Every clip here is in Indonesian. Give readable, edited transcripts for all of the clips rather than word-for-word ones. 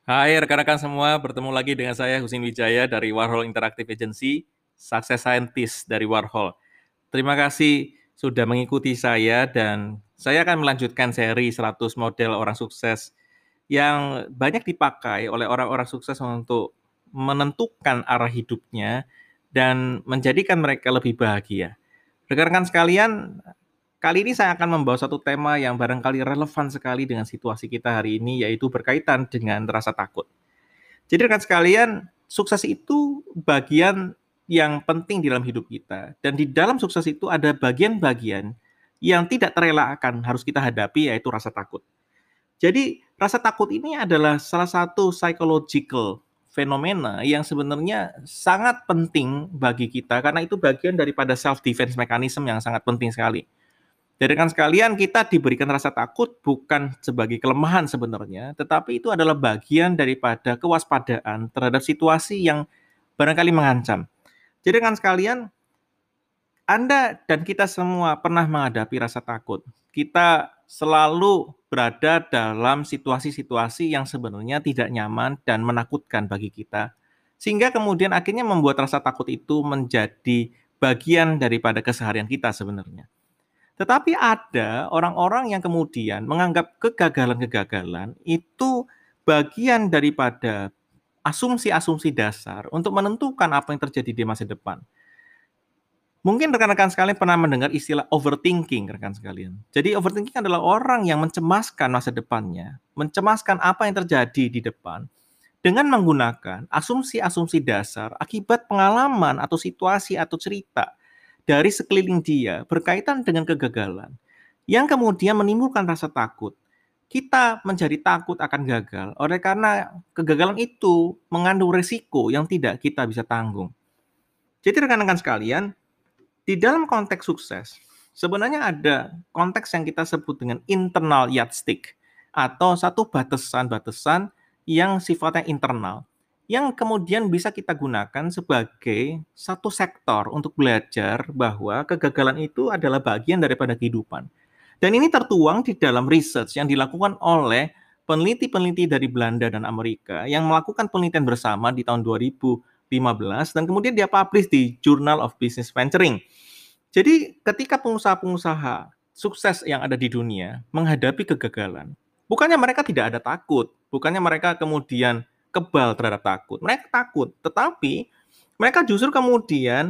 Hai rekan-rekan semua, bertemu lagi dengan saya Husin Wijaya dari Warhol Interactive Agency, Success Scientist dari Warhol. Terima kasih sudah mengikuti saya dan saya akan melanjutkan seri 100 model orang sukses yang banyak dipakai oleh orang-orang sukses untuk menentukan arah hidupnya dan menjadikan mereka lebih bahagia. Rekan-rekan sekalian, kali ini saya akan membawa satu tema yang barangkali relevan sekali dengan situasi kita hari ini, yaitu berkaitan dengan rasa takut. Jadi rekan sekalian, sukses itu bagian yang penting di dalam hidup kita. Dan di dalam sukses itu ada bagian-bagian yang tidak terelakkan harus kita hadapi, yaitu rasa takut. Jadi rasa takut ini adalah salah satu psychological fenomena yang sebenarnya sangat penting bagi kita karena itu bagian daripada self defense mechanism yang sangat penting sekali. Jadi kan sekalian kita diberikan rasa takut bukan sebagai kelemahan sebenarnya, tetapi itu adalah bagian daripada kewaspadaan terhadap situasi yang barangkali mengancam. Jadi kan sekalian, Anda dan kita semua pernah menghadapi rasa takut. Kita selalu berada dalam situasi-situasi yang sebenarnya tidak nyaman dan menakutkan bagi kita. Sehingga kemudian akhirnya membuat rasa takut itu menjadi bagian daripada keseharian kita sebenarnya. Tetapi ada orang-orang yang kemudian menganggap kegagalan-kegagalan itu bagian daripada asumsi-asumsi dasar untuk menentukan apa yang terjadi di masa depan. Mungkin rekan-rekan sekalian pernah mendengar istilah overthinking, rekan sekalian. Jadi overthinking adalah orang yang mencemaskan masa depannya, mencemaskan apa yang terjadi di depan dengan menggunakan asumsi-asumsi dasar akibat pengalaman atau situasi atau cerita dari sekeliling dia berkaitan dengan kegagalan yang kemudian menimbulkan rasa takut. Kita menjadi takut akan gagal oleh karena kegagalan itu mengandung risiko yang tidak kita bisa tanggung. Jadi rekan-rekan sekalian, di dalam konteks sukses, sebenarnya ada konteks yang kita sebut dengan internal yardstick atau satu batasan-batasan yang sifatnya internal yang kemudian bisa kita gunakan sebagai satu sektor untuk belajar bahwa kegagalan itu adalah bagian daripada kehidupan. Dan ini tertuang di dalam research yang dilakukan oleh peneliti-peneliti dari Belanda dan Amerika yang melakukan penelitian bersama di tahun 2015 dan kemudian dia publish di Journal of Business Venturing. Jadi ketika pengusaha-pengusaha sukses yang ada di dunia menghadapi kegagalan, bukannya mereka tidak ada takut, bukannya mereka kemudian kebal terhadap takut. Mereka takut, tetapi mereka justru kemudian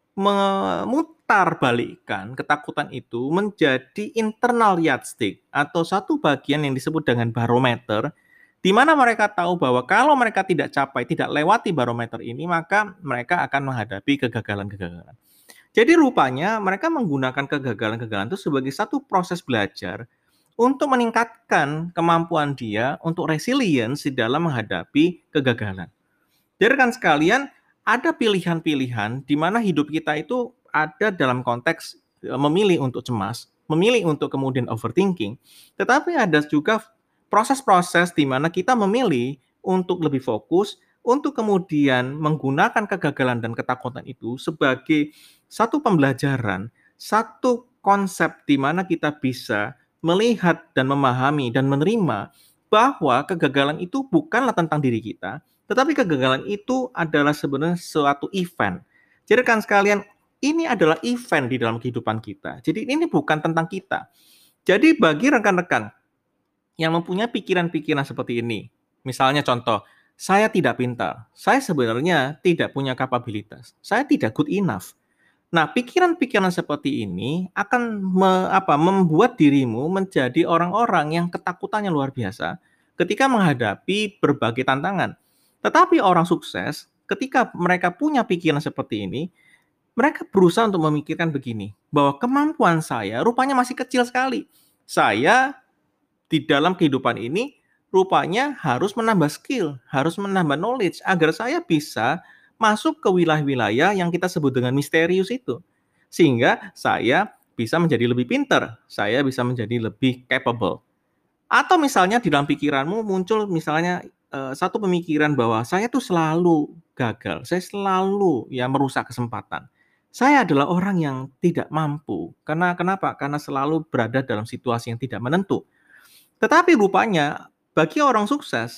memutarbalikkan ketakutan itu menjadi internal yardstick atau satu bagian yang disebut dengan barometer, di mana mereka tahu bahwa kalau mereka tidak capai, tidak lewati barometer ini, maka mereka akan menghadapi kegagalan-kegagalan. Jadi rupanya mereka menggunakan kegagalan-kegagalan itu sebagai satu proses belajar untuk meningkatkan kemampuan dia untuk resilience di dalam menghadapi kegagalan. Jadi kan sekalian, ada pilihan-pilihan di mana hidup kita itu ada dalam konteks memilih untuk cemas, memilih untuk kemudian overthinking, tetapi ada juga proses-proses di mana kita memilih untuk lebih fokus, untuk kemudian menggunakan kegagalan dan ketakutan itu sebagai satu pembelajaran, satu konsep di mana kita bisa melihat dan memahami dan menerima bahwa kegagalan itu bukanlah tentang diri kita, tetapi kegagalan itu adalah sebenarnya suatu event. Jadi kan sekalian, ini adalah event di dalam kehidupan kita. Jadi ini bukan tentang kita. Jadi bagi rekan-rekan yang mempunyai pikiran-pikiran seperti ini, misalnya contoh, saya tidak pintar, saya sebenarnya tidak punya kapabilitas, saya tidak good enough. Nah, pikiran-pikiran seperti ini akan membuat dirimu menjadi orang-orang yang ketakutannya luar biasa ketika menghadapi berbagai tantangan. Tetapi orang sukses, ketika mereka punya pikiran seperti ini, mereka berusaha untuk memikirkan begini, bahwa kemampuan saya rupanya masih kecil sekali. Saya di dalam kehidupan ini rupanya harus menambah skill, harus menambah knowledge agar saya bisa masuk ke wilayah-wilayah yang kita sebut dengan misterius itu. Sehingga saya bisa menjadi lebih pintar, saya bisa menjadi lebih capable. Atau misalnya di dalam pikiranmu muncul misalnya satu pemikiran bahwa saya tuh selalu gagal, saya selalu ya merusak kesempatan. Saya adalah orang yang tidak mampu. Karena kenapa? Karena selalu berada dalam situasi yang tidak menentu. Tetapi rupanya bagi orang sukses,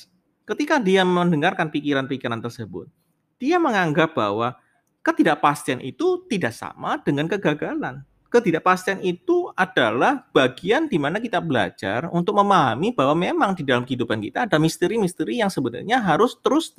ketika dia mendengarkan pikiran-pikiran tersebut, dia menganggap bahwa ketidakpastian itu tidak sama dengan kegagalan. Ketidakpastian itu adalah bagian di mana kita belajar untuk memahami bahwa memang di dalam kehidupan kita ada misteri-misteri yang sebenarnya harus terus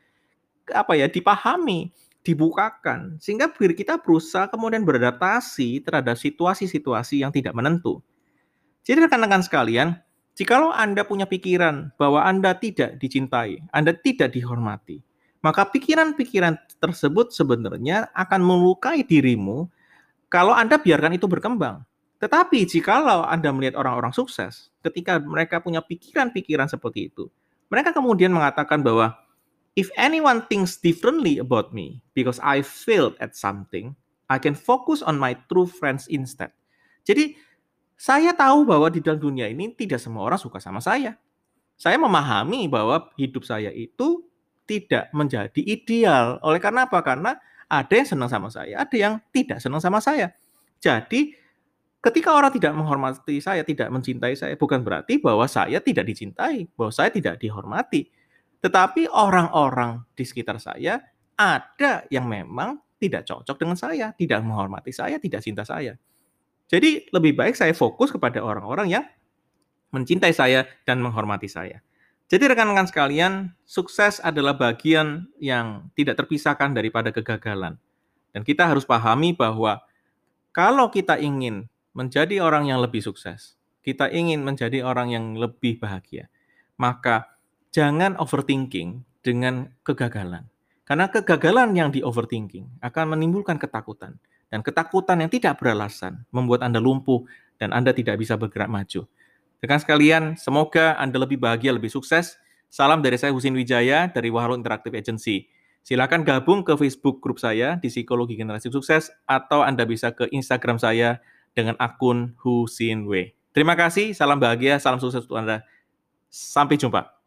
dipahami, dibukakan, sehingga kita berusaha kemudian beradaptasi terhadap situasi-situasi yang tidak menentu. Jadi rekan-rekan sekalian, jikalau Anda punya pikiran bahwa Anda tidak dicintai, Anda tidak dihormati, maka pikiran-pikiran tersebut sebenarnya akan melukai dirimu kalau Anda biarkan itu berkembang. Tetapi jikalau Anda melihat orang-orang sukses, ketika mereka punya pikiran-pikiran seperti itu, mereka kemudian mengatakan bahwa if anyone thinks differently about me because I failed at something, I can focus on my true friends instead. Jadi, saya tahu bahwa di dalam dunia ini tidak semua orang suka sama saya. Saya memahami bahwa hidup saya itu tidak menjadi ideal. Oleh karena apa? Karena ada yang senang sama saya, ada yang tidak senang sama saya. Jadi, ketika orang tidak menghormati saya, tidak mencintai saya, bukan berarti bahwa saya tidak dicintai, bahwa saya tidak dihormati. Tetapi orang-orang di sekitar saya ada yang memang tidak cocok dengan saya, tidak menghormati saya, tidak cinta saya. Jadi lebih baik saya fokus kepada orang-orang yang mencintai saya dan menghormati saya. Jadi rekan-rekan sekalian, sukses adalah bagian yang tidak terpisahkan daripada kegagalan. Dan kita harus pahami bahwa kalau kita ingin menjadi orang yang lebih sukses, kita ingin menjadi orang yang lebih bahagia, maka jangan overthinking dengan kegagalan. Karena kegagalan yang di-overthinking akan menimbulkan ketakutan. Dan ketakutan yang tidak beralasan membuat Anda lumpuh dan Anda tidak bisa bergerak maju. Rekan sekalian, semoga Anda lebih bahagia, lebih sukses. Salam dari saya Husin Wijaya dari Wahrul Interactive Agency. Silakan gabung ke Facebook grup saya di Psikologi Generasi Sukses atau Anda bisa ke Instagram saya dengan akun Husin W. Terima kasih, salam bahagia, salam sukses untuk Anda. Sampai jumpa.